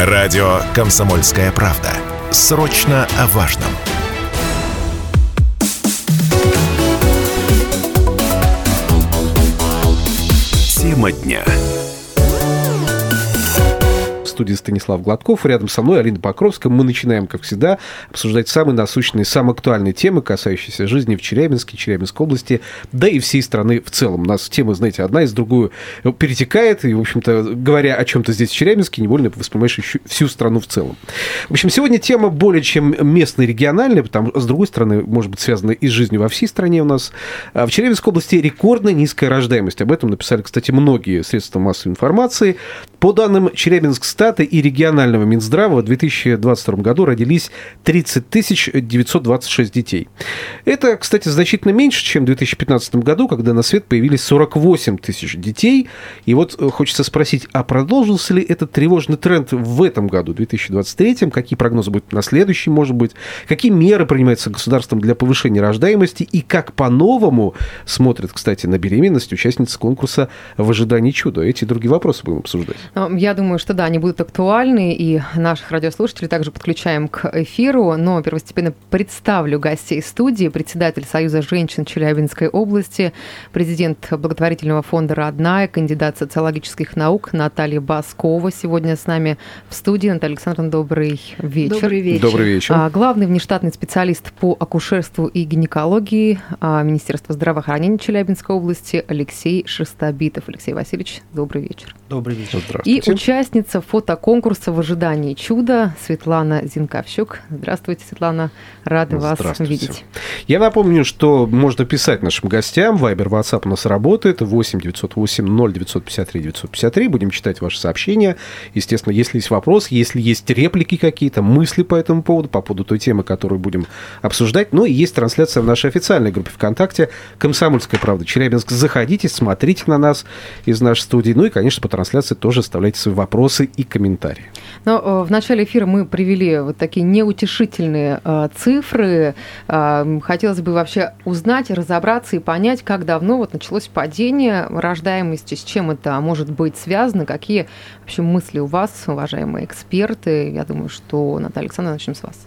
Радио «Комсомольская правда». Срочно о важном. Тема дня. В студии Станислав Гладков, рядом со мной Алина Покровская. Мы начинаем, как всегда, обсуждать самые насущные, самые актуальные темы, касающиеся жизни в Челябинске, Челябинской области, да и всей страны в целом. У нас темы, знаете, одна из другую перетекает, и, в общем-то, говоря о чем-то здесь в Челябинске, невольно воспринимаешь всю страну в целом. В общем, сегодня тема более чем местная, региональная, потому что, с другой стороны, может быть, связана и с жизнью во всей стране у нас. В Челябинской области рекордно низкая рождаемость. Об этом написали, кстати, многие средства массовой информации. По данным Челябинскстата и регионального Минздрава, в 2022 году родились 30 926 детей. Это, кстати, значительно меньше, чем в 2015 году, когда на свет появились 48 тысяч детей. И вот хочется спросить, а продолжился ли этот тревожный тренд в этом году, 2023? Какие прогнозы будут на следующий, может быть? Какие меры принимаются государством для повышения рождаемости? И как по-новому смотрят, кстати, на беременность участницы конкурса «В ожидании чуда»? Эти и другие вопросы будем обсуждать. Я думаю, что да, они будут актуальны, и наших радиослушателей также подключаем к эфиру. Но первостепенно представлю гостей студии. Председатель Союза женщин Челябинской области, президент благотворительного фонда «Родная», кандидат социологических наук Наталья Баскова сегодня с нами в студии. Наталья Александровна, добрый вечер. Добрый вечер. Добрый вечер. Главный внештатный специалист по акушерству и гинекологии Министерства здравоохранения Челябинской области Алексей Шестобитов. Алексей Васильевич, добрый вечер. Добрый вечер. И участница фотоконкурса «В ожидании чуда» Светлана Зинковщук. Здравствуйте, Светлана. Рады вас видеть. Я напомню, что можно писать нашим гостям. Вайбер, WhatsApp у нас работает. 8 908 0953 953. Будем читать ваши сообщения. Естественно, если есть вопрос, если есть реплики какие-то, мысли по этому поводу, по поводу той темы, которую будем обсуждать. Ну и есть трансляция в нашей официальной группе ВКонтакте «Комсомольская правда Челябинск». Заходите, смотрите на нас из нашей студии. Ну и, конечно, по трансляции тоже оставляйте свои вопросы и комментарии. Но в начале эфира мы привели вот такие неутешительные цифры. Хотелось бы вообще узнать, разобраться и понять, как давно вот началось падение рождаемости, с чем это может быть связано, какие вообще мысли у вас, уважаемые эксперты. Я думаю, что, Наталья Александровна, начнем с вас.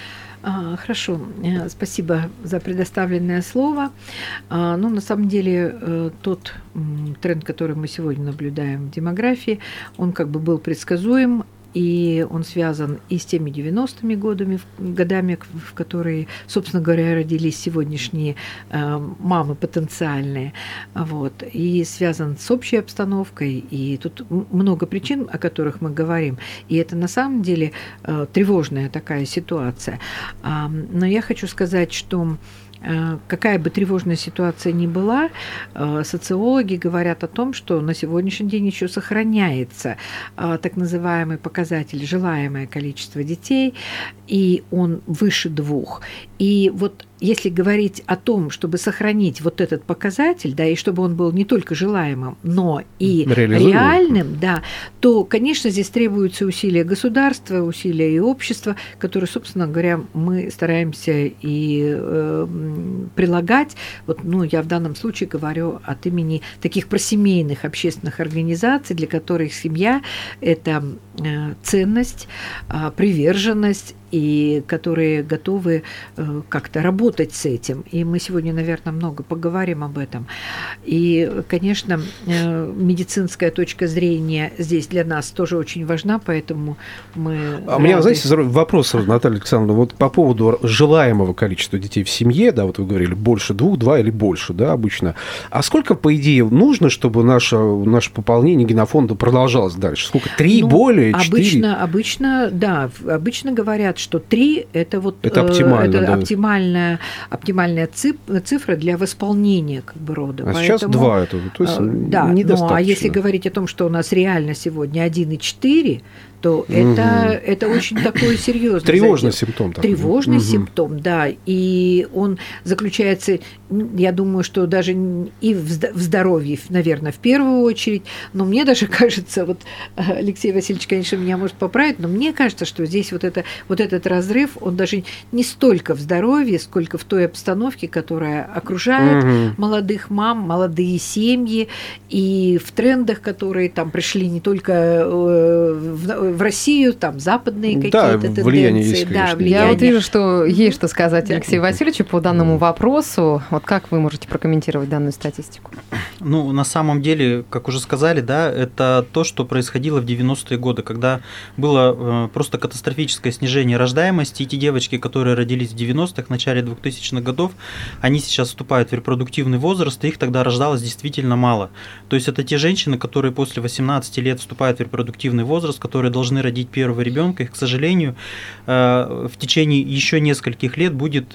Хорошо, спасибо за предоставленное слово. Ну, на самом деле, тот тренд, который мы сегодня наблюдаем в демографии, он как бы был предсказуем, и он связан и с теми 90-ми годами, в которые, собственно говоря, родились сегодняшние мамы потенциальные, вот, и связан с общей обстановкой, и тут много причин, о которых мы говорим, и это на самом деле тревожная такая ситуация. Но я хочу сказать, что какая бы тревожная ситуация ни была, социологи говорят о том, что на сегодняшний день еще сохраняется так называемый показатель желаемое количество детей, и он выше 2. И вот если говорить о том, чтобы сохранить вот этот показатель, да, и чтобы он был не только желаемым, но и реальным, да, то, конечно, здесь требуются усилия государства, усилия и общества, которые, собственно говоря, мы стараемся и прилагать. Вот, ну, я в данном случае говорю от имени таких просемейных общественных организаций, для которых семья – это ценность, приверженность, и которые готовы как-то работать с этим. И мы сегодня, наверное, много поговорим об этом. И, конечно, медицинская точка зрения здесь для нас тоже очень важна, поэтому мы... У меня, знаете, вопрос, Наталья Александровна, вот по поводу желаемого количества детей в семье, да, вот вы говорили, больше 2, 2 или больше, да, обычно. А сколько, по идее, нужно, чтобы наше пополнение генофонда продолжалось дальше? Сколько? 3, более, 4? Обычно говорят, что 3 – это вот это оптимально, оптимальная цифра для восполнения как бы рода. А сейчас 2 это, то есть недостаточно. Ну, а если говорить о том, что у нас реально сегодня 1,4, то это очень такой серьезный тревожный симптом. Тревожный симптом, да. И он заключается, я думаю, что даже и в здоровье, наверное, в первую очередь. Но мне даже кажется, вот Алексей Васильевич, конечно, меня может поправить, но мне кажется, что здесь вот этот разрыв, он даже не столько в здоровье, сколько в той обстановке, которая окружает молодых мам, молодые семьи, и в трендах, которые там пришли не только в Россию, там западные какие-то тенденции. Влияние есть, конечно. Я вот вижу, что есть что сказать Алексею Васильевичу по данному вопросу. Вот как вы можете прокомментировать данную статистику? Ну, на самом деле, как уже сказали, да, это то, что происходило в 90-е годы, когда было просто катастрофическое снижение рождаемости. И те девочки, которые родились в 90-х, в начале 2000-х годов, они сейчас вступают в репродуктивный возраст, и их тогда рождалось действительно мало. То есть это те женщины, которые после 18 лет вступают в репродуктивный возраст, которые должны родить первого ребенка. Их, к сожалению, в течение еще нескольких лет будет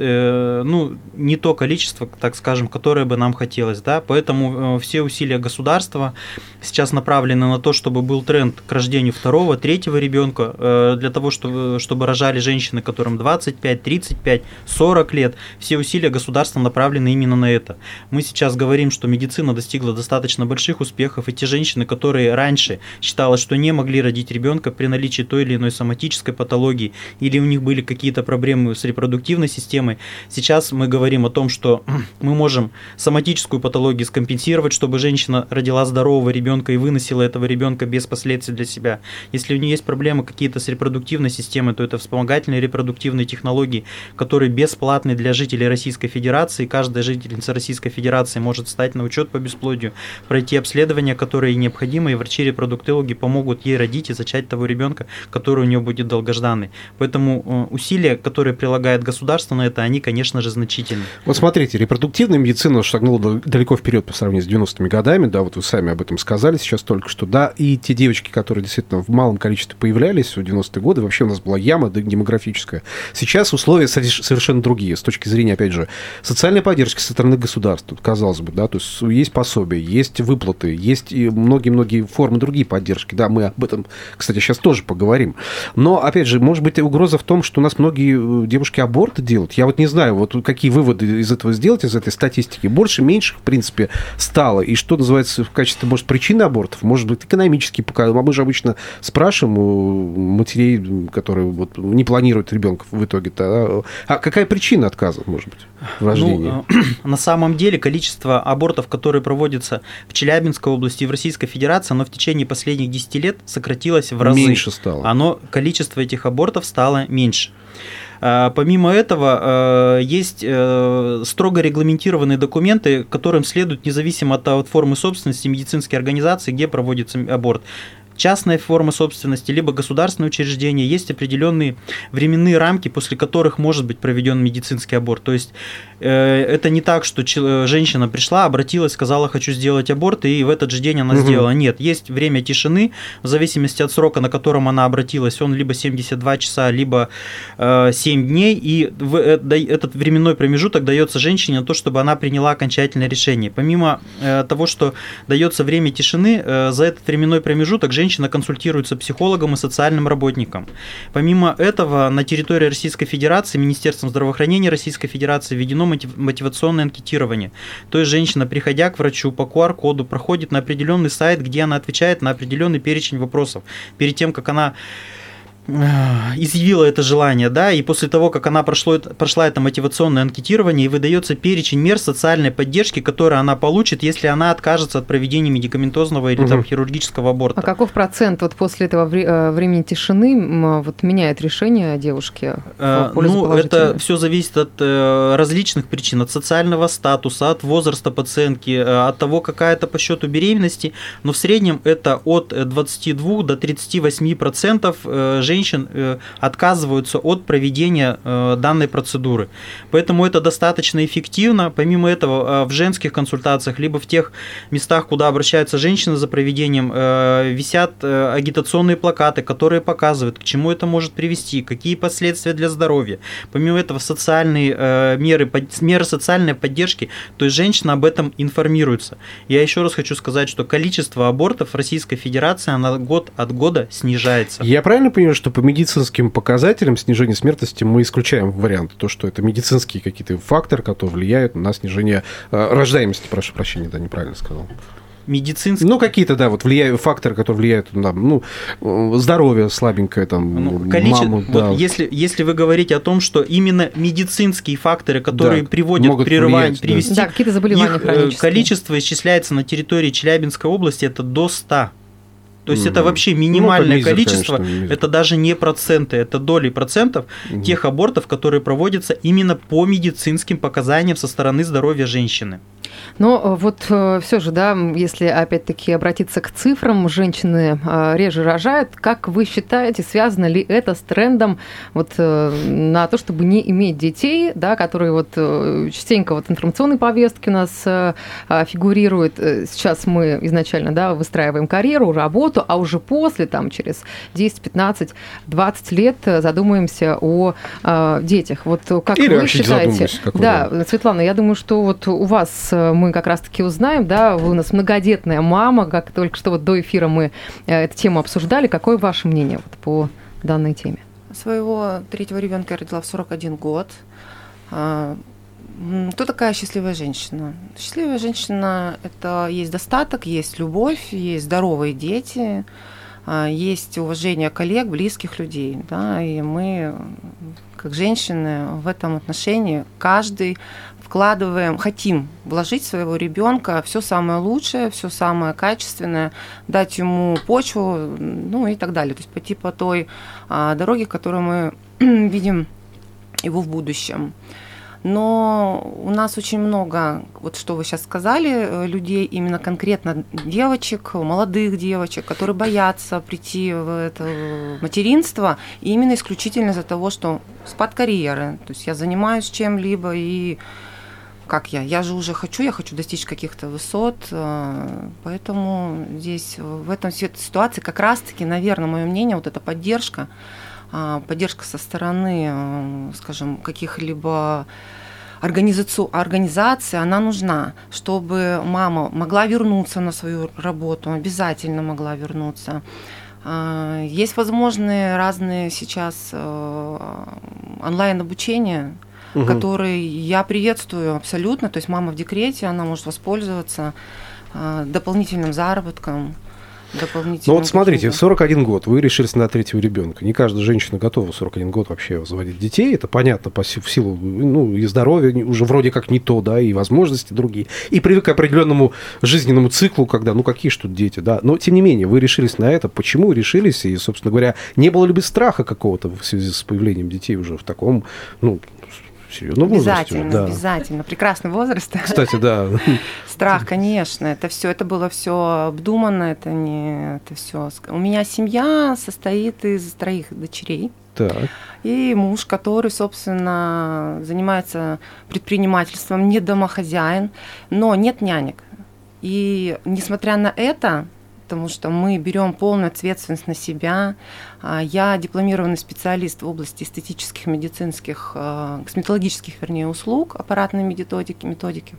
не то количество, так скажем, которое бы нам хотелось. Да? Поэтому все усилия государства сейчас направлены на то, чтобы был тренд к рождению второго, третьего ребенка, для того, чтобы рожали женщины, которым 25, 35, 40 лет. Все усилия государства направлены именно на это. Мы сейчас говорим, что медицина достигла достаточно больших успехов, и те женщины, которые раньше считалось, что не могли родить ребенка при наличии той или иной соматической патологии, или у них были какие-то проблемы с репродуктивной системой, сейчас мы говорим о том, что мы можем соматическую патологию скомпенсировать, чтобы женщина родила здорового ребенка и выносила этого ребенка без последствий для себя. Если у нее есть проблемы какие-то с репродуктивной системой, то это вспомогательные репродуктивные технологии, которые бесплатны для жителей Российской Федерации. Каждая жительница Российской Федерации может встать на учет по бесплодию, пройти обследования, которые необходимы, и врачи-репродуктологи помогут ей родить и зачать того ребенка, который у нее будет долгожданный. Поэтому усилия, которые прилагает государство на это, они, конечно же, значительны. Вот смотрите, репродуктивная медицина шагнула далеко вперед по сравнению с 90-ми годами, да, вот вы сами об этом сказали сейчас только что, да, и те девочки, которые действительно в малом количестве появлялись в 90-е годы, вообще у нас была яма демографическая. Сейчас условия совершенно другие, с точки зрения, опять же, социальной поддержки со стороны государства, казалось бы, да, то есть есть пособия, есть выплаты, есть и многие-многие формы другие поддержки, да, мы об этом, кстати, сейчас тоже поговорим. Но, опять же, может быть, угроза в том, что у нас многие девушки аборты делают. Я вот не знаю, вот какие выводы из этого сделать, из этой статистики. Больше, меньше, в принципе, стало. И что называется в качестве, может, причины абортов, может быть, экономические показатели. Мы же обычно спрашиваем у матерей, которые вот не планируют ребенка в итоге-то, а какая причина отказа, может быть, в рождении? На самом деле количество абортов, которые проводятся в Челябинской области и в Российской Федерации, оно в течение последних 10 лет сократилось в разы. Меньше стало. Количество этих абортов стало меньше. Помимо этого, есть строго регламентированные документы, которым следуют независимо от формы собственности медицинские организации, где проводится аборт. Частная форма собственности, либо государственное учреждение, есть определенные временные рамки, после которых может быть проведен медицинский аборт. То есть это не так, что женщина пришла, обратилась, сказала, хочу сделать аборт, и в этот же день она сделала. Нет, есть время тишины, в зависимости от срока, на котором она обратилась, он либо 72 часа, либо 7 дней, и этот временной промежуток дается женщине на то, чтобы она приняла окончательное решение. Помимо того, что дается время тишины, за этот временной промежуток женщина консультируется психологом и социальным работником. Помимо этого, на территории Российской Федерации Министерством здравоохранения Российской Федерации введено мотивационное анкетирование. То есть женщина, приходя к врачу по QR-коду, проходит на определенный сайт, где она отвечает на определенный перечень вопросов. Перед тем, как она изъявила это желание, да, и после того, как она прошла это мотивационное анкетирование, и выдается перечень мер социальной поддержки, которые она получит, если она откажется от проведения медикаментозного или там, хирургического аборта. А каков процент вот после этого времени тишины вот меняет решение девушки? Это все зависит от различных причин, от социального статуса, от возраста пациентки, от того, какая это по счету беременности, но в среднем это от 22 до 38% женщин отказываются от проведения данной процедуры. Поэтому это достаточно эффективно. Помимо этого, в женских консультациях, либо в тех местах, куда обращаются женщины за проведением, висят агитационные плакаты, которые показывают, к чему это может привести, какие последствия для здоровья. Помимо этого, социальные меры социальной поддержки, то есть женщина об этом информируется. Я еще раз хочу сказать, что количество абортов в Российской Федерации, оно год от года снижается. Я правильно понимаю, что по медицинским показателям снижения смертности мы исключаем вариант, то, что это медицинские какие-то факторы, которые влияют на снижение рождаемости, прошу прощения, да, неправильно сказал. Медицинские... какие-то, да, вот факторы, которые влияют на здоровье слабенькое, там, маму. Да. Вот если вы говорите о том, что именно медицинские факторы, которые приводят к прерыванию, привести... Да, какие-то заболевания хронические. Количество исчисляется на территории Челябинской области, это до 100. То есть это вообще минимальное мизер, количество, конечно, это даже не проценты, это доли процентов тех абортов, которые проводятся именно по медицинским показаниям со стороны здоровья женщины. Но вот все же, да, если опять-таки обратиться к цифрам, женщины реже рожают. Как вы считаете, связано ли это с трендом вот на то, чтобы не иметь детей, да, которые вот частенько вот в информационной повестке у нас фигурируют? Сейчас мы изначально, да, выстраиваем карьеру, работу, а уже после, там, через 10, 15, 20 лет задумаемся о детях. Вот как или вы считаете? Да, Светлана, я думаю, что вот у вас мы как раз-таки узнаем, да, вы у нас многодетная мама, как только что вот до эфира мы эту тему обсуждали. Какое ваше мнение вот по данной теме? Своего третьего ребенка я родила в 41 год. Кто такая счастливая женщина? Счастливая женщина – это есть достаток, есть любовь, есть здоровые дети, есть уважение коллег, близких людей. Да? И мы, как женщины, в этом отношении каждый вкладываем, хотим вложить в своего ребенка все самое лучшее, все самое качественное, дать ему почву, ну и так далее. То есть пойти по той дороге, которую мы видим его в будущем. Но у нас очень много, вот что вы сейчас сказали, людей, именно конкретно девочек, молодых девочек, которые боятся прийти в это материнство, именно исключительно из-за того, что спад карьеры. То есть я занимаюсь чем-либо, и как я же уже я хочу достичь каких-то высот, поэтому здесь, в этом ситуации как раз-таки, наверное, мое мнение, вот эта поддержка со стороны, скажем, каких-либо организаций, она нужна, чтобы мама могла вернуться на свою работу, обязательно могла вернуться. Есть возможные разные сейчас онлайн-обучения, которые я приветствую абсолютно. То есть мама в декрете, она может воспользоваться дополнительным заработком. Ну вот смотрите, 41 год, вы решились на третьего ребенка. Не каждая женщина готова в 41 год вообще заводить детей. Это понятно, в силу и здоровья уже вроде как не то, да, и возможности другие. И привык к определенному жизненному циклу, когда, какие ж тут дети, да. Но, тем не менее, вы решились на это. Почему решились? И, собственно говоря, не было ли бы страха какого-то в связи с появлением детей уже в таком, серьезном возрасте? Обязательно. Прекрасный возраст. Кстати, да. Страх, конечно. Это было все обдуманно. У меня семья состоит из 3 дочерей. Так. И муж, который, собственно, занимается предпринимательством, не домохозяин, но нет нянек. И несмотря на это, потому что мы берем полную ответственность на себя. Я дипломированный специалист в области эстетических, медицинских, косметологических, услуг, аппаратной методики.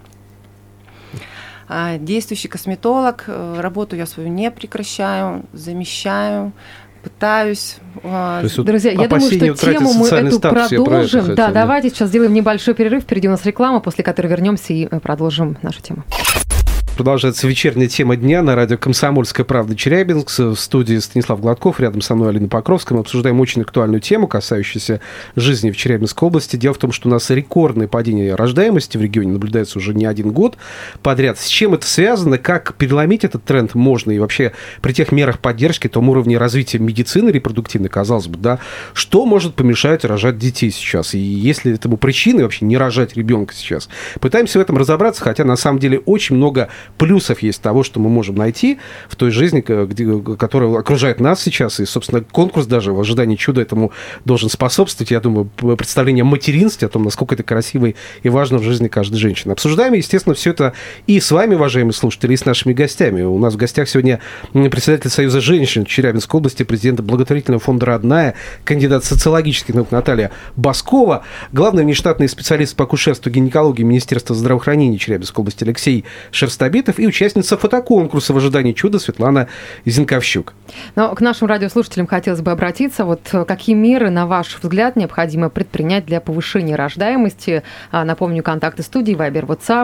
Действующий косметолог, работу я свою не прекращаю, замещаю, пытаюсь. Друзья, я думаю, что тему мы эту продолжим. Да, давайте сейчас сделаем небольшой перерыв. Впереди у нас реклама, после которой вернемся и продолжим нашу тему. Продолжается вечерняя тема дня на радио «Комсомольская правда» Челябинск. В студии Станислав Гладков, рядом со мной Алина Покровская. Мы обсуждаем очень актуальную тему, касающуюся жизни в Челябинской области. Дело в том, что у нас рекордное падение рождаемости в регионе наблюдается уже не 1 год подряд. С чем это связано? Как переломить этот тренд можно? И вообще при тех мерах поддержки, том уровне развития медицины репродуктивной, казалось бы, да, что может помешать рожать детей сейчас? И есть ли этому причины вообще не рожать ребенка сейчас? Пытаемся в этом разобраться, хотя на самом деле очень много плюсов есть того, что мы можем найти в той жизни, которая окружает нас сейчас. И, собственно, конкурс даже в ожидании чуда этому должен способствовать. Я думаю, представление о материнстве, о том, насколько это красиво и важно в жизни каждой женщины. Обсуждаем, естественно, все это и с вами, уважаемые слушатели, и с нашими гостями. У нас в гостях сегодня председатель Союза женщин Челябинской области, президент благотворительного фонда «Родная», кандидат социологических наук Наталья Баскова, главный внештатный специалист по акушерству и гинекологии Министерства здравоохранения Челябинской области Алексей Шерстобитов и участница фотоконкурса в ожидании чуда Светлана Зинковщук. Но к нашим радиослушателям хотелось бы обратиться. Вот какие меры, на ваш взгляд, необходимо предпринять для повышения рождаемости? Напомню, контакты студии, Вайбер, WhatsApp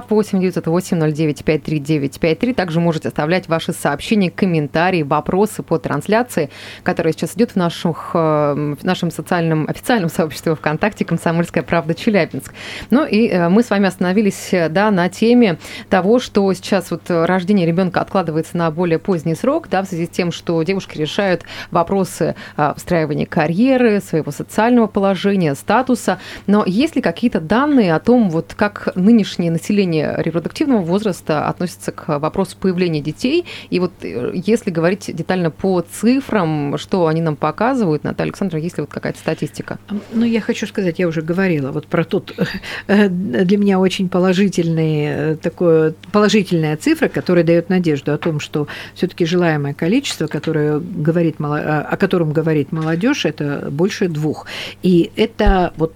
8-908-09-53-953. Также можете оставлять ваши сообщения, комментарии, вопросы по трансляции, которая сейчас идет в нашем официальном сообществе ВКонтакте «Комсомольская правда Челябинск». Ну и мы с вами остановились на теме того, что сейчас сейчас вот рождение ребенка откладывается на более поздний срок, да, в связи с тем, что девушки решают вопросы встраивания карьеры, своего социального положения, статуса. Но есть ли какие-то данные о том, вот как нынешнее население репродуктивного возраста относится к вопросу появления детей? И вот если говорить детально по цифрам, что они нам показывают, Наталья Александровна, есть ли вот какая-то статистика? Ну, я хочу сказать, я уже говорила вот про тот, для меня очень положительная цифра, которая дает надежду о том, что все-таки желаемое количество, о котором говорит молодежь, это больше 2. И это вот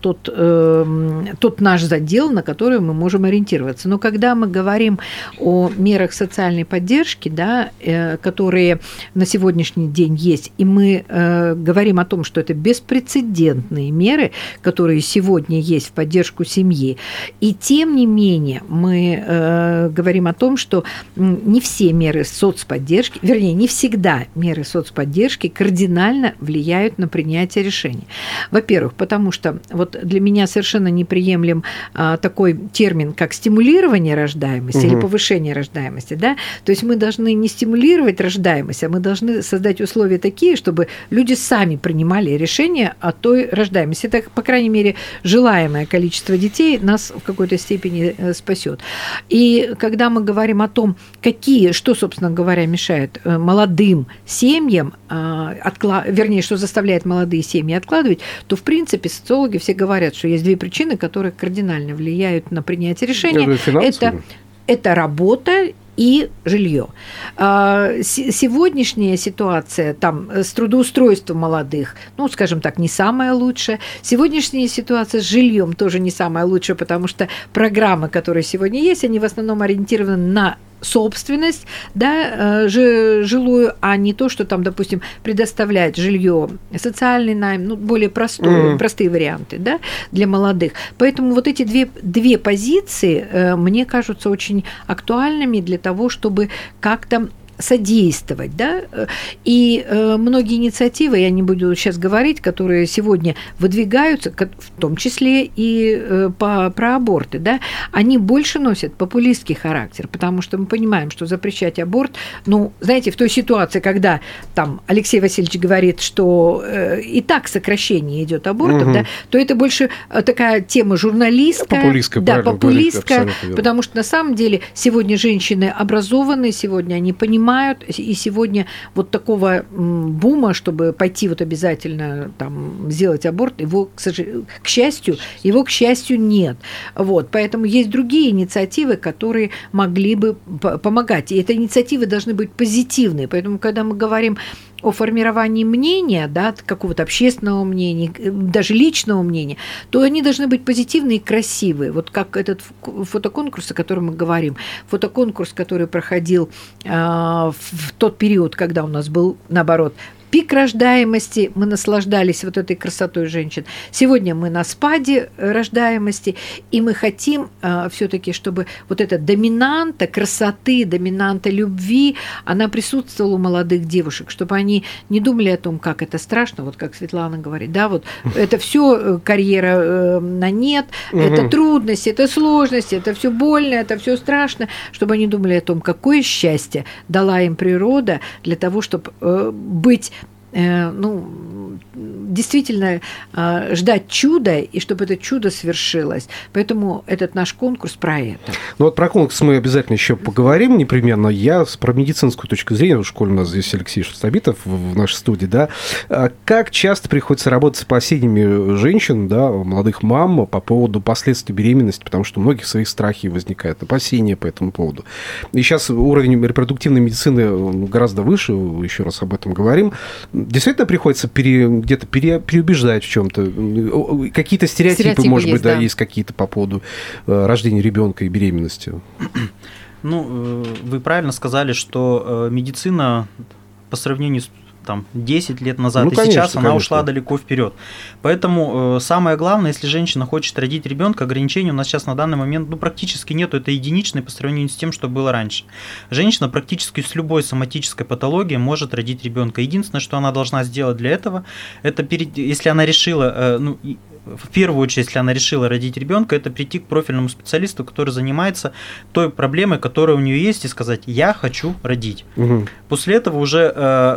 тот наш задел, на который мы можем ориентироваться. Но когда мы говорим о мерах социальной поддержки, да, которые на сегодняшний день есть, и мы говорим о том, что это беспрецедентные меры, которые сегодня есть в поддержку семьи, и тем не менее мы говорим о том, что не все меры соцподдержки, вернее, не всегда меры соцподдержки кардинально влияют на принятие решений. Во-первых, потому что вот для меня совершенно неприемлем такой термин, как стимулирование рождаемости или повышение рождаемости. Да? То есть мы должны не стимулировать рождаемость, а мы должны создать условия такие, чтобы люди сами принимали решения о той рождаемости. Это, по крайней мере, желаемое количество детей нас в какой-то степени спасет. И когда мы говорим о том, что, собственно говоря, мешает молодым семьям, что заставляет молодые семьи откладывать, то, в принципе, социологи все говорят, что есть 2 причины, которые кардинально влияют на принятие решения. Это работа и жилье. Сегодняшняя ситуация там, с трудоустройством молодых, ну, скажем так, не самая лучшая. Сегодняшняя ситуация с жильем тоже не самая лучшая, потому что программы, которые сегодня есть, они в основном ориентированы на собственность, да, жилую, а не то, что там, допустим, предоставляет жилье, социальный найм, ну, более простые варианты, да, для молодых. Поэтому вот эти две позиции мне кажутся очень актуальными для того, чтобы как-то содействовать, да, и многие инициативы, я не буду сейчас говорить, которые сегодня выдвигаются, в том числе и про аборты, да, они больше носят популистский характер, потому что мы понимаем, что запрещать аборт, ну, знаете, в той ситуации, когда там Алексей Васильевич говорит, что и так сокращение идет абортов, да, то это больше такая тема журналистская, популистская, потому что на самом деле сегодня женщины образованы, сегодня они понимают, и сегодня вот такого бума, чтобы пойти вот обязательно там сделать аборт, его, к счастью, нет. Вот, поэтому есть другие инициативы, которые могли бы помогать. И эти инициативы должны быть позитивные. Поэтому, когда мы говорим о формировании мнения, да, какого-то общественного мнения, даже личного мнения, то они должны быть позитивные и красивые. Вот как этот фотоконкурс, о котором мы говорим, фотоконкурс, который проходил в тот период, когда у нас был, наоборот, пик рождаемости, мы наслаждались вот этой красотой женщин. Сегодня мы на спаде рождаемости, и мы хотим все-таки, чтобы вот эта доминанта красоты, доминанта любви, она присутствовала у молодых девушек, чтобы они не думали о том, как это страшно, вот как Светлана говорит, да, вот это все карьера на нет, это трудности, это сложности, это все больно, это все страшно, чтобы они думали о том, какое счастье дала им природа для того, чтобы быть действительно ждать чуда, и чтобы это чудо свершилось. Поэтому этот наш конкурс про это. Ну вот про конкурс мы обязательно еще поговорим непременно. Я про медицинскую точку зрения, в школе у нас здесь Алексей Шерстобитов в нашей студии, да. Как часто приходится работать с опасениями женщин, да, молодых мам по поводу последствий беременности, потому что у многих своих страхи возникают, опасения по этому поводу. И сейчас уровень репродуктивной медицины гораздо выше, еще раз об этом говорим. Действительно приходится где-то переубеждать в чем-то. Какие-то стереотипы, может быть, да, есть какие-то по поводу рождения ребенка и беременности. Ну, вы правильно сказали, что медицина по сравнению с 10 лет назад и сейчас она ушла далеко вперед. Поэтому самое главное, если женщина хочет родить ребенка, ограничений у нас сейчас на данный момент практически нету. Это единичное по сравнению с тем, что было раньше. Женщина практически с любой соматической патологией может родить ребенка. Единственное, что она должна сделать для этого, это если она решила, в первую очередь, если она решила родить ребенка, это прийти к профильному специалисту, который занимается той проблемой, которая у нее есть, и сказать: я хочу родить. Угу. После этого уже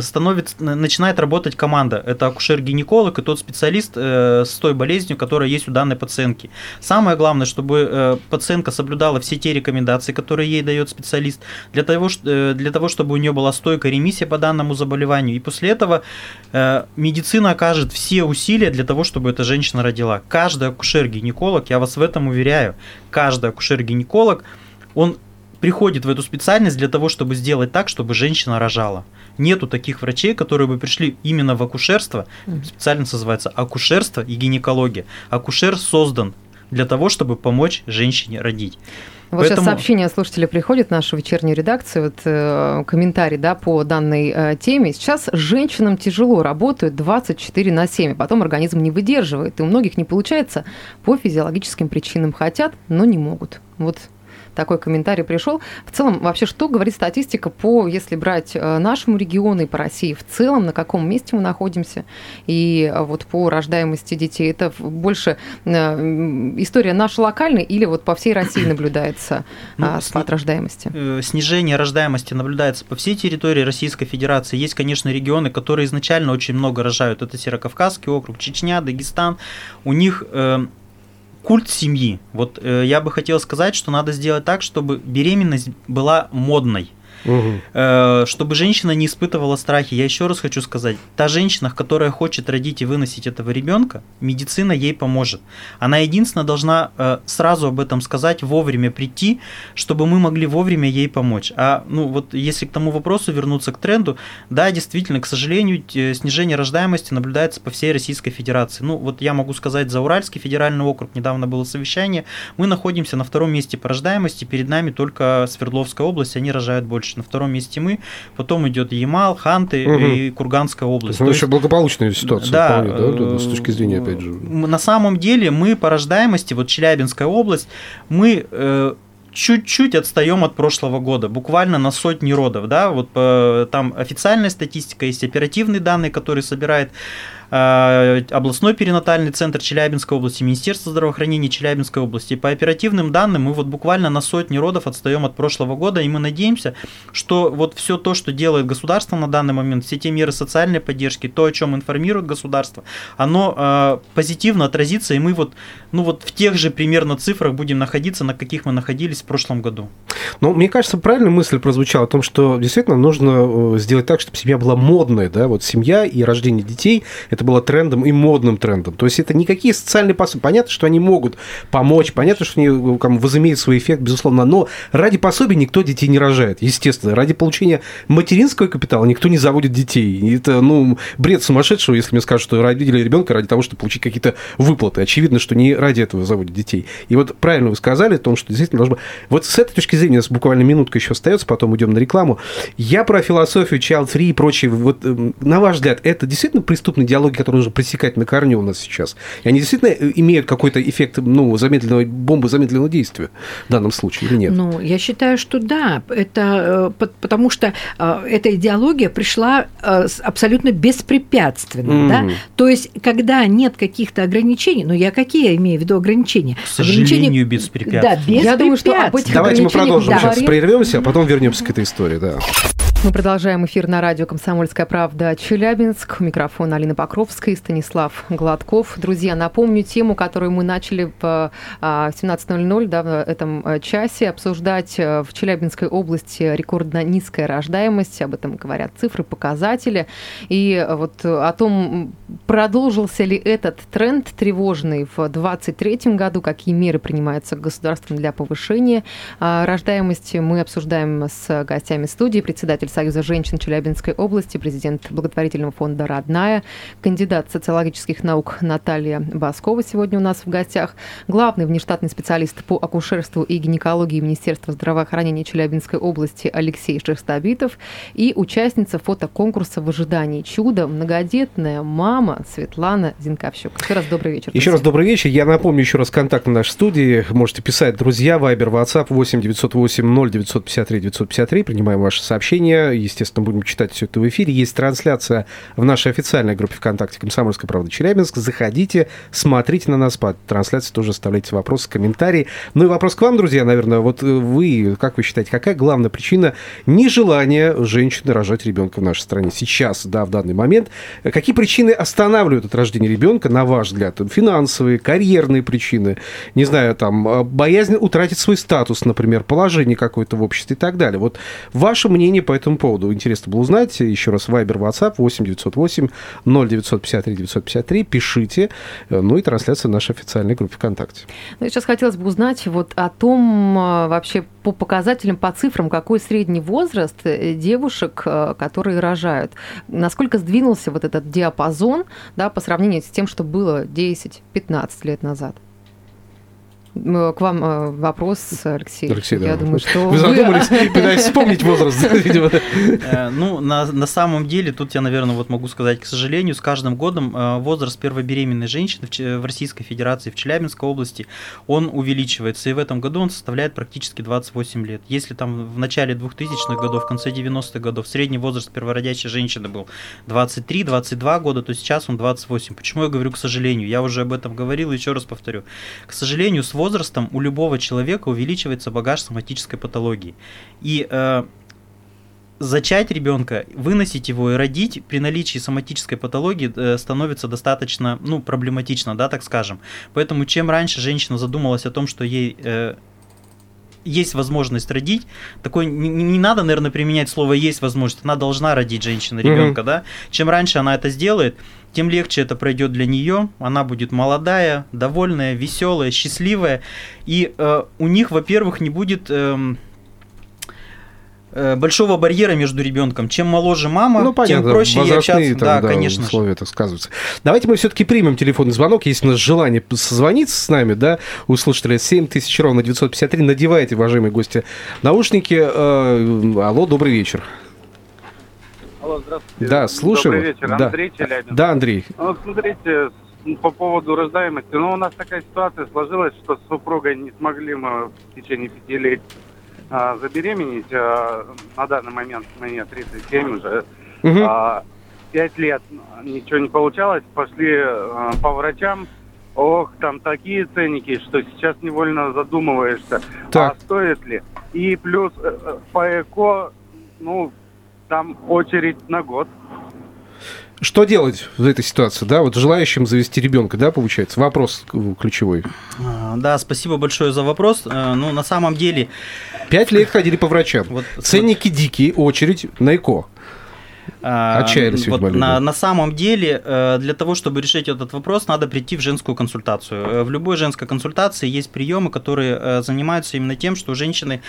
начинает работать команда. Это акушер-гинеколог и тот специалист с той болезнью, которая есть у данной пациентки. Самое главное, чтобы пациентка соблюдала все те рекомендации, которые ей дает специалист, для того, чтобы у нее была стойкая ремиссия по данному заболеванию. И после этого медицина окажет все усилия для того, чтобы эта женщина родила. Каждый акушер-гинеколог, я вас в этом уверяю, каждый акушер-гинеколог, он приходит в эту специальность для того, чтобы сделать так, чтобы женщина рожала. Нету таких врачей, которые бы пришли именно в акушерство, специальность называется акушерство и гинекология. Акушер создан для того, чтобы помочь женщине родить. Вот сейчас сообщение слушателя приходит в нашу вечернюю редакцию, комментарий по данной теме. Сейчас женщинам тяжело, работают 24/7, потом организм не выдерживает, и у многих не получается по физиологическим причинам. Хотят, но не могут. Вот такой комментарий пришел. В целом, вообще, что говорит статистика если брать нашему региону и по России в целом, на каком месте мы находимся, и вот по рождаемости детей? Это больше история наша локальная или вот по всей России наблюдается спад рождаемости? Снижение рождаемости наблюдается по всей территории Российской Федерации. Есть, конечно, регионы, которые изначально очень много рожают. Это Северокавказский округ, Чечня, Дагестан. У них культ семьи. Вот я бы хотел сказать, что надо сделать так, чтобы беременность была модной. Чтобы женщина не испытывала страхи. Я еще раз хочу сказать, та женщина, которая хочет родить и выносить этого ребенка, медицина ей поможет. Она единственное должна сразу об этом сказать, вовремя прийти, чтобы мы могли вовремя ей помочь. Если к тому вопросу вернуться к тренду, да, действительно, к сожалению, снижение рождаемости наблюдается по всей Российской Федерации. Я могу сказать за Уральский федеральный округ, недавно было совещание, мы находимся на 2-м месте по рождаемости, перед нами только Свердловская область, они рожают больше. На 2-м месте мы, потом идет Ямал, Ханты и Курганская область. То есть еще благополучная ситуация, да, вполне, с точки зрения, опять же. На самом деле мы по рождаемости, Челябинская область, мы чуть-чуть отстаем от прошлого года, буквально на сотни родов. Да? Там официальная статистика, есть оперативные данные, которые собирает областной перинатальный центр Челябинской области, Министерство здравоохранения Челябинской области. По оперативным данным мы буквально на сотни родов отстаем от прошлого года, и мы надеемся, что все то, что делает государство на данный момент, все те меры социальной поддержки, то, о чем информирует государство, оно позитивно отразится, и мы в тех же примерно цифрах будем находиться, на каких мы находились в прошлом году. Мне кажется, правильная мысль прозвучала о том, что действительно нужно сделать так, чтобы семья была модной, да, семья и рождение детей – это было трендом и модным трендом. То есть это никакие социальные пособия. Понятно, что они могут помочь, понятно, что они возымеют свой эффект, безусловно, но ради пособий никто детей не рожает, естественно. Ради получения материнского капитала никто не заводит детей. И это, бред сумасшедшего, если мне скажут, что родили ребенка ради того, чтобы получить какие-то выплаты. Очевидно, что не ради этого заводят детей. И правильно вы сказали о том, что действительно должно быть. С этой точки зрения, у нас буквально минутка еще остается, потом уйдем на рекламу. Я про философию, child-free и прочее. На ваш взгляд, это действительно преступный диалог, которые нужно пресекать на корню у нас сейчас. И они действительно имеют какой-то эффект замедленной бомбы замедленного действия в данном случае или нет? Я считаю, что да. Это потому что эта идеология пришла абсолютно беспрепятственно. Да? То есть, когда нет каких-то ограничений, я какие имею в виду ограничения? К сожалению, беспрепятственно. Да, беспрепятственно. Я думаю, что об этих Давайте мы продолжим. Сейчас прервемся, а потом вернемся к этой истории. Да. Мы продолжаем эфир на радио «Комсомольская правда» Челябинск. У микрофона Алина Покровская и Станислав Гладков. Друзья, напомню тему, которую мы начали в 17:00 в этом часе обсуждать. В Челябинской области рекордно низкая рождаемость. Об этом говорят цифры, показатели. И о том, продолжился ли этот тренд тревожный в 2023 году, какие меры принимаются государством для повышения рождаемости, мы обсуждаем с гостями студии. Председатель Союза женщин Челябинской области, президент благотворительного фонда «Родная», кандидат социологических наук Наталья Баскова сегодня у нас в гостях, главный внештатный специалист по акушерству и гинекологии Министерства здравоохранения Челябинской области Алексей Шерстобитов и участница фотоконкурса «В ожидании чуда», многодетная мама Светлана Зинковщук. Еще раз добрый вечер. Еще раз добрый вечер. Я напомню еще раз контакт на нашей студии. Можете писать, друзья, Вайбер, WhatsApp 8 908 0 953 953. Принимаем ваши сообщения. сообщения. Естественно, будем читать все это в эфире. Есть трансляция в нашей официальной группе ВКонтакте «Комсомольская правда. Челябинск». Заходите, смотрите на нас. По трансляции тоже оставляйте вопросы, комментарии. Ну и вопрос к вам, друзья, наверное. Вот вы, как вы считаете, какая главная причина нежелания женщины рожать ребенка в нашей стране сейчас, да, в данный момент? Какие причины останавливают от рождения ребенка, на ваш взгляд? Финансовые, карьерные причины, не знаю, там, боязнь утратить свой статус, например, положение какое-то в обществе и так далее. Вот ваше мнение по этому поводу интересно было узнать. Еще раз, Вайбер, WhatsApp 8-908-0953-953. Пишите. Ну и трансляция в нашей официальной группе ВКонтакте. Ну, сейчас хотелось бы узнать вот о том, вообще по показателям, по цифрам, какой средний возраст девушек, которые рожают. Насколько сдвинулся вот этот диапазон, да, по сравнению с тем, что было 10-15 лет назад? К вам вопрос, Алексей. Алексей, я думаю, что вы задумались, пытаясь вспомнить возраст, видимо. Ну, на самом деле, тут я, наверное, вот могу сказать, к сожалению, с каждым годом возраст первой беременной женщины в Российской Федерации, в Челябинской области, он увеличивается. И в этом году он составляет практически 28 лет. Если там в начале 2000-х годов, в конце 90-х годов средний возраст первородящей женщины был 23-22 года, то сейчас он 28. Почему я говорю «к сожалению»? Я уже об этом говорил, еще раз повторю. К сожалению, с возрастом у любого человека увеличивается багаж соматической патологии. И зачать ребенка, выносить его и родить при наличии соматической патологии становится достаточно, проблематично, да, так скажем. Поэтому чем раньше женщина задумалась о том, что ей есть возможность родить, такой не надо, наверное, применять слово «есть возможность», она должна родить, женщина, ребенка, да. Чем раньше она это сделает, тем легче это пройдет для нее, она будет молодая, довольная, веселая, счастливая, и у них, во-первых, не будет большого барьера между ребенком. Чем моложе мама, тем проще ей общаться. Да, конечно. Условия так сказываются. Давайте мы все-таки примем телефонный звонок, если у нас желание созвониться с нами, да, у слушателя 7000 ровно 953. Надевайте, уважаемые гости, наушники. Алло, добрый вечер. Алло, здравствуйте. Да, слушаю. Добрый вечер, Андрей, Челябинск. Да, Андрей. Ну, смотрите, по поводу рождаемости. У нас такая ситуация сложилась, что с супругой не смогли мы в течение 5 лет забеременеть. На данный момент мне 37 уже. 5 лет ничего не получалось. Пошли по врачам. Ох, там такие ценники, что сейчас невольно задумываешься, а стоит ли. И плюс по ЭКО, там очередь на год. Что делать в этой ситуации, да, вот желающим завести ребенка, да, получается? Вопрос ключевой. Да, спасибо большое за вопрос. На самом деле... 5 лет ходили по врачам. Ценники дикие, очередь на ЭКО. Отчаялись, видимо, люди. На самом деле, для того, чтобы решить этот вопрос, надо прийти в женскую консультацию. В любой женской консультации есть приемы, которые занимаются именно тем, что у женщины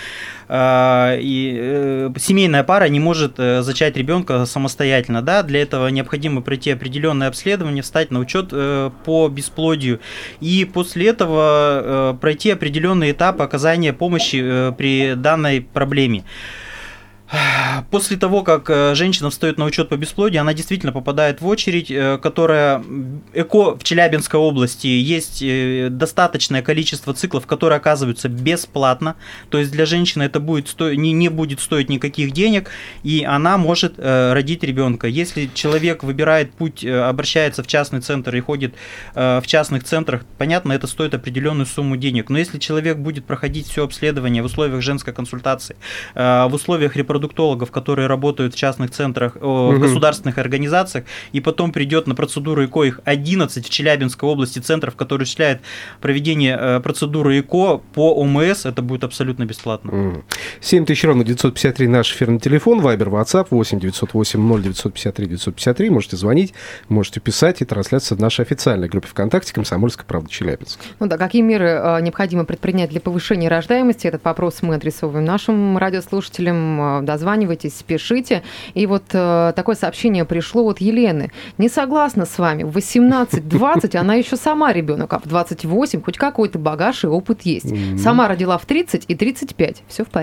семейная пара не может зачать ребенка самостоятельно. Да? Для этого необходимо пройти определенное обследование, встать на учет по бесплодию и после этого пройти определенные этапы оказания помощи при данной проблеме. После того, как женщина встает на учет по бесплодию, она действительно попадает в очередь, которая ЭКО в Челябинской области есть достаточное количество циклов, которые оказываются бесплатно, то есть для женщины это не будет стоить никаких денег, и она может родить ребенка. Если человек выбирает путь, обращается в частный центр и ходит в частных центрах, понятно, это стоит определенную сумму денег, но если человек будет проходить все обследование в условиях женской консультации, в условиях репродуктологов, которые работают в частных центрах, в государственных организациях, и потом придет на процедуру ЭКО, их 11 в Челябинской области центров, которые осуществляют проведение процедуры ЭКО по ОМС, это будет абсолютно бесплатно. 7000 ровно 953 наш эфирный телефон, Вайбер, WhatsApp 8-908-0953-953. Можете звонить, можете писать, и трансляция в нашей официальной группе ВКонтакте «Комсомольская правда. Челябинск». Какие меры необходимо предпринять для повышения рождаемости? Этот вопрос мы адресовываем нашим радиослушателям. Дозванивайтесь, пишите. И такое сообщение пришло от Елены. Не согласна с вами. В 18-20 она еще сама ребенок, а в 28 хоть какой-то багаж и опыт есть. Сама родила в 30 и 35. Все в порядке.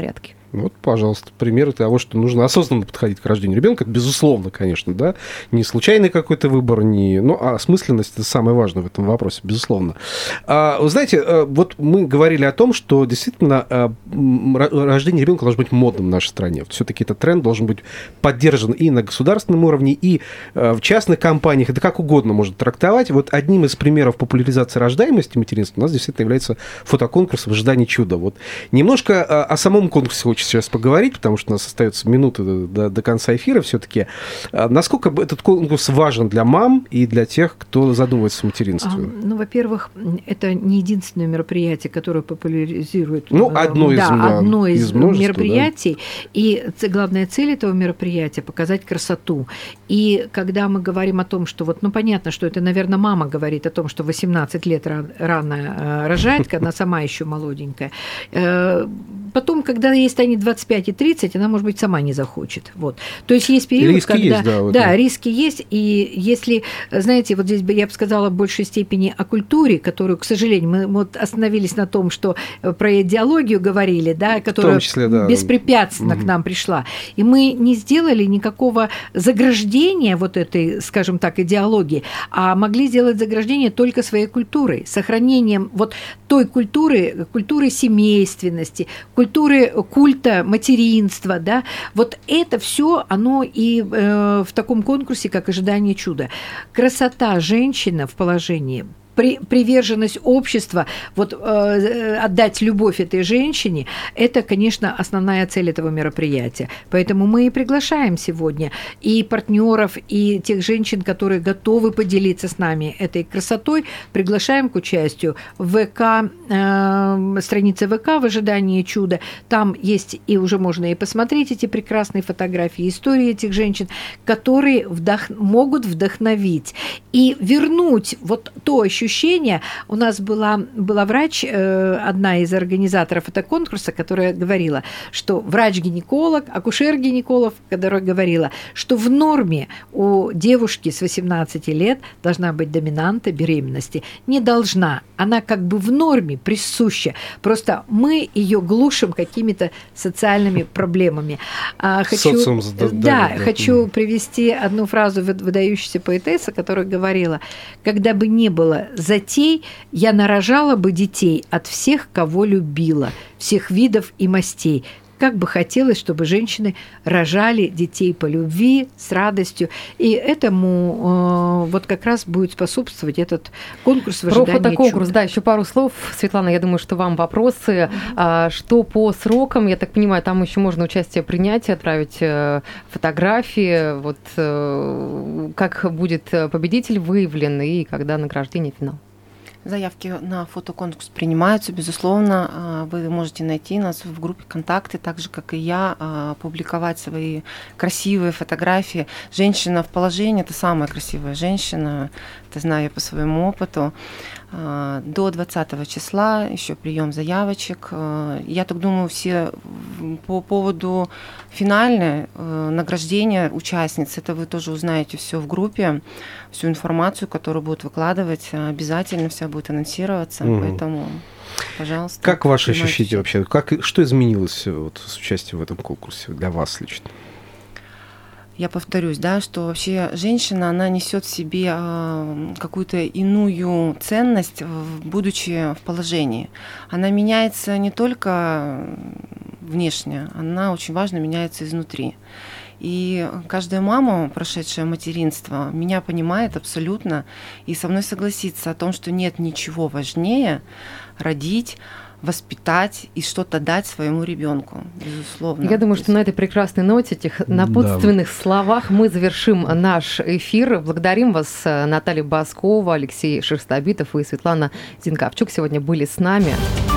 Вот, пожалуйста, примеры того, что нужно осознанно подходить к рождению ребенка. Это безусловно, конечно, да. Не случайный какой-то выбор, а осмысленность – это самое важное в этом вопросе, безусловно. Вы знаете, вот мы говорили о том, что действительно рождение ребенка должно быть модным в нашей стране. Все-таки этот тренд должен быть поддержан и на государственном уровне, и в частных компаниях. Это как угодно можно трактовать. Вот одним из примеров популяризации рождаемости материнства у нас действительно является фотоконкурс «В ожидании чуда». Вот немножко о самом конкурсе хочется сейчас поговорить, потому что у нас остается минуты до конца эфира все-таки. Насколько этот конкурс важен для мам и для тех, кто задумывается о материнстве? Во-первых, это не единственное мероприятие, которое популяризирует... одно из мероприятий. Да. И главная цель этого мероприятия – показать красоту. И когда мы говорим о том, что понятно, что это, наверное, мама говорит о том, что 18 лет рано рожает, когда она сама еще молоденькая. Потом, когда ей станет 25 и 30, она, может быть, сама не захочет. Вот. То есть есть период, риски когда... Есть, да, риски есть. И если, знаете, вот здесь бы я бы сказала в большей степени о культуре, которую, к сожалению, мы вот остановились на том, что про идеологию говорили, да, которая беспрепятственно к нам пришла. И мы не сделали никакого заграждения вот этой, скажем так, идеологии, а могли сделать заграждение только своей культурой, сохранением вот той культуры семейственности, культуры культа материнства, да, вот это все, оно и в таком конкурсе, как «Ожидание чуда». Красота женщины в положении, приверженность общества, отдать любовь этой женщине, это, конечно, основная цель этого мероприятия. Поэтому мы и приглашаем сегодня и партнеров, и тех женщин, которые готовы поделиться с нами этой красотой, приглашаем к участию в ВК, странице ВК «В ожидании чуда». Там есть, и уже можно и посмотреть эти прекрасные фотографии, истории этих женщин, которые могут вдохновить и вернуть вот то ощущение. У нас была врач, одна из организаторов этого конкурса, которая говорила, что врач-гинеколог, акушер-гинеколог, которая говорила, что в норме у девушки с 18 лет должна быть доминанта беременности. Не должна. Она как бы в норме присуща. Просто мы ее глушим какими-то социальными проблемами. Хочу привести одну фразу выдающейся поэтессы, которая говорила: «Когда бы не было затей, я нарожала бы детей от всех, кого любила, всех видов и мастей». Как бы хотелось, чтобы женщины рожали детей по любви, с радостью. И этому как раз будет способствовать этот конкурс «В ожидании чуда». Про фотоконкурс, да, еще пару слов. Светлана, я думаю, что вам вопросы. Что по срокам? Я так понимаю, там еще можно участие принять, отправить фотографии. Как будет победитель выявлен и когда награждение, финал? Заявки на фотоконкурс принимаются, безусловно. Вы можете найти нас в группе «Контакты», так же, как и я, публиковать свои красивые фотографии. Женщина в положении – это самая красивая женщина, это знаю я по своему опыту. До 20 числа еще прием заявочек. Я так думаю, все по поводу финального награждения участниц, это вы тоже узнаете все в группе, всю информацию, которую будут выкладывать, обязательно вся будет анонсироваться, поэтому, пожалуйста. Как ваши ощущения вообще? Что изменилось с участием в этом конкурсе для вас лично? Я повторюсь, да, что вообще женщина, она несет в себе какую-то иную ценность, будучи в положении. Она меняется не только внешне, она очень важно меняется изнутри. И каждая мама, прошедшая материнство, меня понимает абсолютно и со мной согласится о том, что нет ничего важнее родить, воспитать и что-то дать своему ребенку, безусловно. Я думаю, что на этой прекрасной ноте, этих напутственных словах мы завершим наш эфир. Благодарим вас, Наталья Баскова, Алексей Шерстобитов и Светлана Зинкавчук сегодня были с нами.